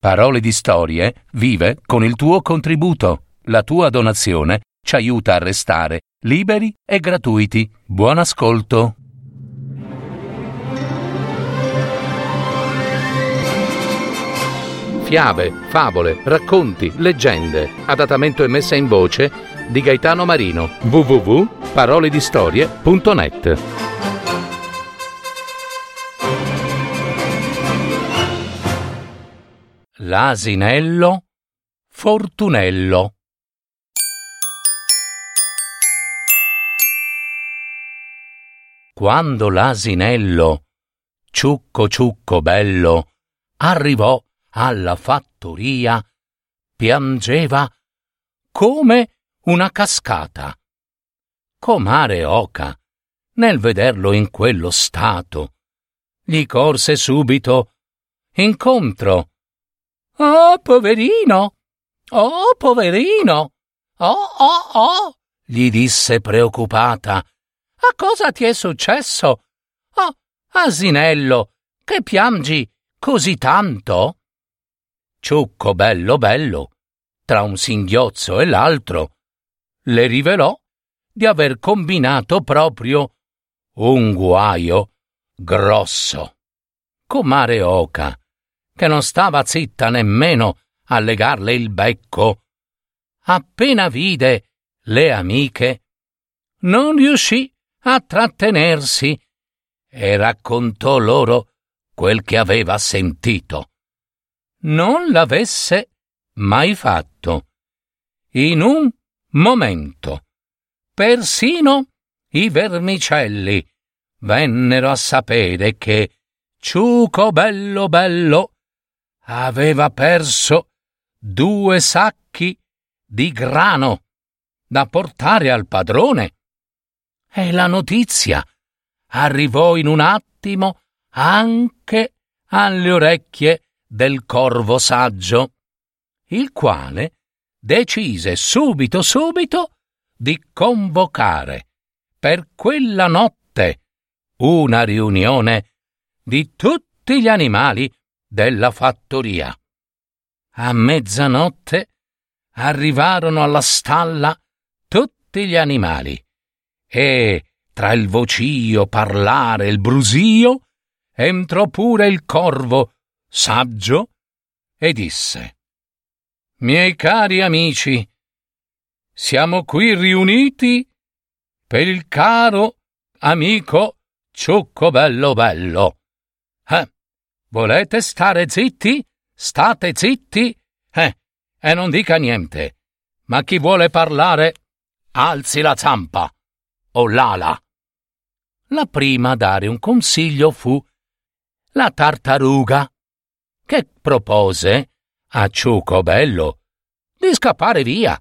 Parole di Storie vive con il tuo contributo. La tua donazione ci aiuta a restare liberi e gratuiti. Buon ascolto. Fiabe, favole, racconti, leggende. Adattamento e messa in voce di Gaetano Marino. www.paroledistorie.net. L'asinello Fortunello. Quando l'asinello, ciucco ciucco bello, arrivò alla fattoria, piangeva come una cascata. Comare Oca, nel vederlo in quello stato, gli corse subito incontro. «Oh, poverino! Oh, poverino! Oh!» gli disse preoccupata. «A cosa ti è successo? Oh, asinello, che piangi così tanto?» Ciucco bello bello, tra un singhiozzo e l'altro, le rivelò di aver combinato proprio un guaio grosso. Comare Oca, che non stava zitta nemmeno a legarle il becco, appena vide le amiche, non riuscì a trattenersi e raccontò loro quel che aveva sentito. Non l'avesse mai fatto. In un momento, persino i vermicelli vennero a sapere che Ciuco bello bello aveva perso 2 sacchi di grano da portare al padrone. E la notizia arrivò in un attimo anche alle orecchie del corvo saggio, il quale decise subito di convocare per quella notte una riunione di tutti gli animali della fattoria. A mezzanotte arrivarono alla stalla tutti gli animali e, tra il vocio, parlare e il brusio, entrò pure il corvo saggio e disse: «Miei cari amici, siamo qui riuniti per il caro amico Ciucco bello bello. Volete stare zitti? State zitti? E non dica niente, ma chi vuole parlare alzi la zampa o l'ala». La prima a dare un consiglio fu la tartaruga, che propose a Ciucco bello di scappare via.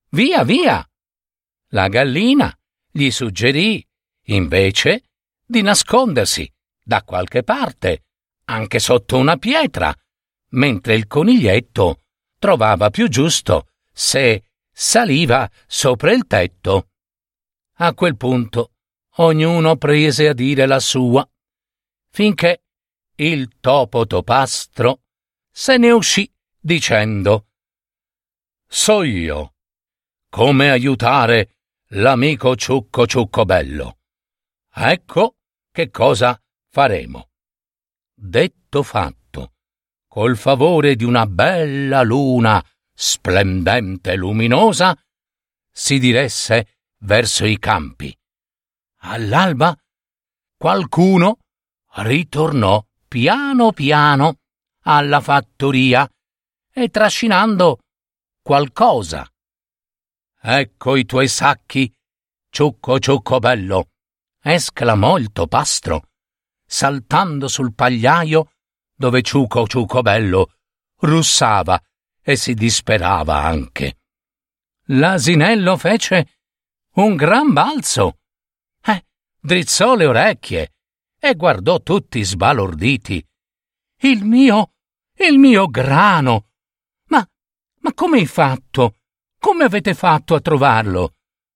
La gallina gli suggerì, invece, di nascondersi da qualche parte, anche sotto una pietra, mentre il coniglietto trovava più giusto se saliva sopra il tetto. A quel punto ognuno prese a dire la sua, finché il topo topastro se ne uscì dicendo: «So io come aiutare l'amico Ciucco ciucco bello. Ecco che cosa faremo». Detto fatto, col favore di una bella luna splendente e luminosa, si diresse verso i campi. All'alba qualcuno ritornò piano piano alla fattoria e trascinando qualcosa. «Ecco i tuoi sacchi, Ciucco ciucco bello», esclamò il topastro, saltando sul pagliaio dove Ciucco ciucco bello russava e si disperava anche. L'asinello fece un gran balzo, drizzò le orecchie e guardò tutti sbalorditi. Il mio grano! Ma come hai fatto? Come avete fatto a trovarlo?»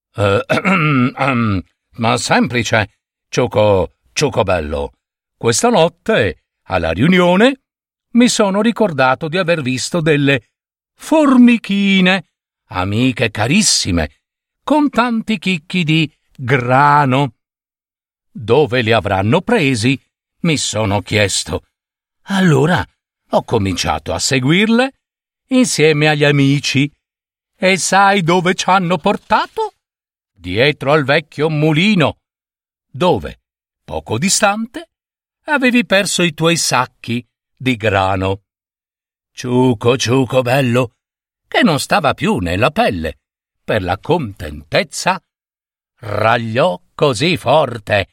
«Ma semplice, Ciucco bello. Questa notte, alla riunione, mi sono ricordato di aver visto delle formichine, amiche carissime, con tanti chicchi di grano. Dove li avranno presi? Mi sono chiesto. Allora ho cominciato a seguirle insieme agli amici. E sai dove ci hanno portato? Dietro al vecchio mulino, dove, poco distante, avevi perso i tuoi sacchi di grano. Ciuco, ciuco bello, che non stava più nella pelle, per la contentezza, ragliò così forte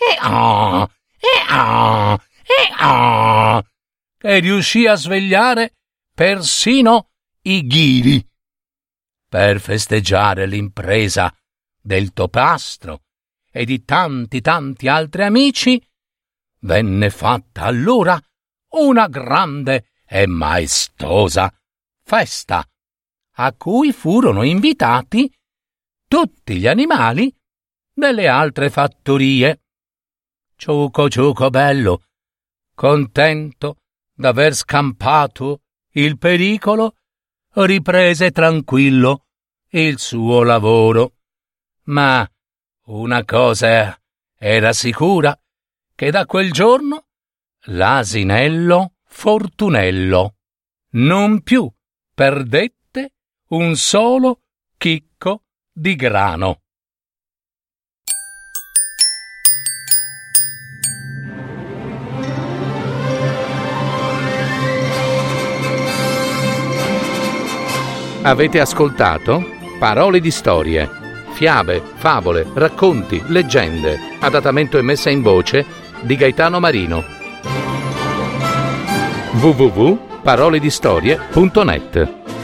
che riuscì a svegliare persino i ghiri. Per festeggiare l'impresa del topastro e di tanti altri amici, venne fatta allora una grande e maestosa festa, a cui furono invitati tutti gli animali delle altre fattorie. Ciuco, ciuco bello, contento d'aver scampato il pericolo, riprese tranquillo il suo lavoro. Ma una cosa era sicura, che da quel giorno l'asinello Fortunello non più perdette un solo chicco di grano. Avete ascoltato Parole di storie, fiabe, favole, racconti, leggende, adattamento e messa in voce di Gaetano Marino. www.paroledistorie.net